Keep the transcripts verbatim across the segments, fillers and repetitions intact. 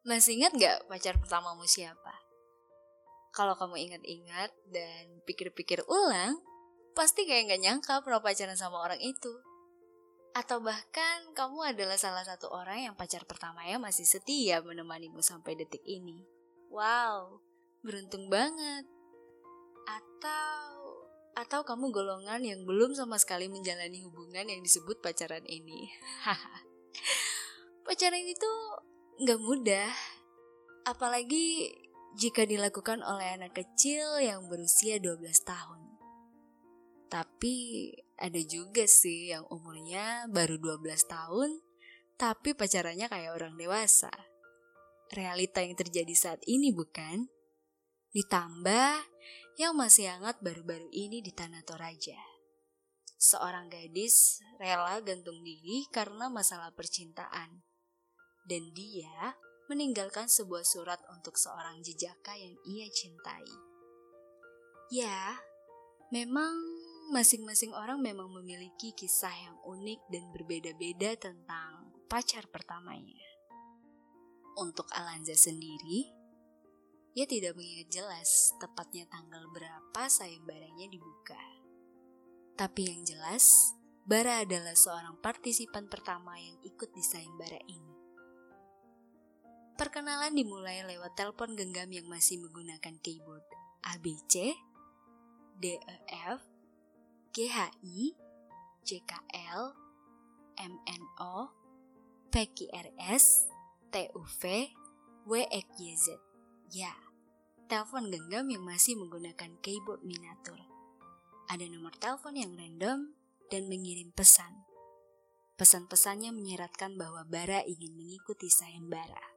Masih ingat gak pacar pertamamu siapa? Kalau kamu ingat-ingat dan pikir-pikir ulang, pasti kayak gak nyangka pernah pacaran sama orang itu. Atau bahkan kamu adalah salah satu orang yang pacar pertamanya masih setia menemanimu sampai detik ini. Wow, beruntung banget. Atau atau kamu golongan yang belum sama sekali menjalani hubungan yang disebut pacaran ini. Pacaran itu gak mudah, apalagi jika dilakukan oleh anak kecil yang berusia dua belas tahun. Tapi ada juga sih yang umurnya baru dua belas tahun, tapi pacarannya kayak orang dewasa. Realita yang terjadi saat ini bukan? Ditambah yang masih hangat baru-baru ini di Tanah Toraja. Seorang gadis rela gantung diri karena masalah percintaan. Dan dia meninggalkan sebuah surat untuk seorang jejaka yang ia cintai. Ya, memang masing-masing orang memang memiliki kisah yang unik dan berbeda-beda tentang pacar pertamanya. Untuk Alanza sendiri, ia tidak mengingat jelas tepatnya tanggal berapa sayembaranya dibuka. Tapi yang jelas, Bara adalah seorang partisipan pertama yang ikut di sayembara ini. Perkenalan dimulai lewat telepon genggam yang masih menggunakan keyboard A B C, D E F, G H I, J K L, M N O, P Q R S, T U V, W X Y Z. Ya, telepon genggam yang masih menggunakan keyboard miniatur. Ada nomor telepon yang random dan mengirim pesan. Pesan-pesannya menyeratkan bahwa Bara ingin mengikuti sayembara.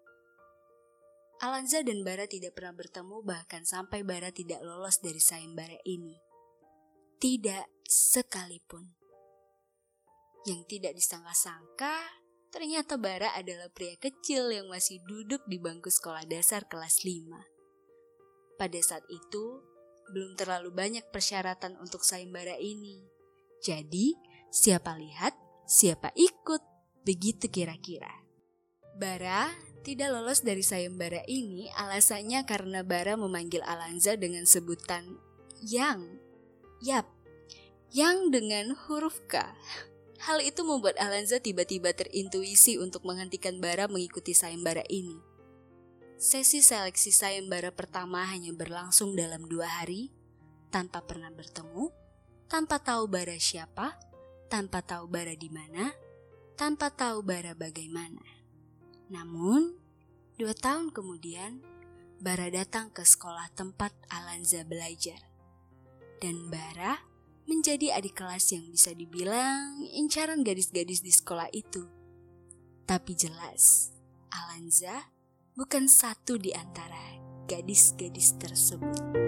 Alanza dan Bara tidak pernah bertemu bahkan sampai Bara tidak lolos dari sayembara ini. Tidak sekalipun. Yang tidak disangka-sangka, ternyata Bara adalah pria kecil yang masih duduk di bangku sekolah dasar kelas lima. Pada saat itu, belum terlalu banyak persyaratan untuk sayembara ini. Jadi, siapa lihat, siapa ikut, begitu kira-kira. Bara tidak lolos dari sayembara ini alasannya karena Bara memanggil Alanza dengan sebutan yang. Yap, yang dengan huruf K. Hal itu membuat Alanza tiba-tiba terintuisi untuk menghentikan Bara mengikuti sayembara ini. Sesi seleksi sayembara pertama hanya berlangsung dalam dua hari, tanpa pernah bertemu, tanpa tahu Bara siapa, tanpa tahu Bara di mana, tanpa tahu Bara bagaimana. Namun, dua tahun kemudian, Bara datang ke sekolah tempat Alanza belajar. Dan Bara menjadi adik kelas yang bisa dibilang incaran gadis-gadis di sekolah itu. Tapi jelas, Alanza bukan satu di antara gadis-gadis tersebut.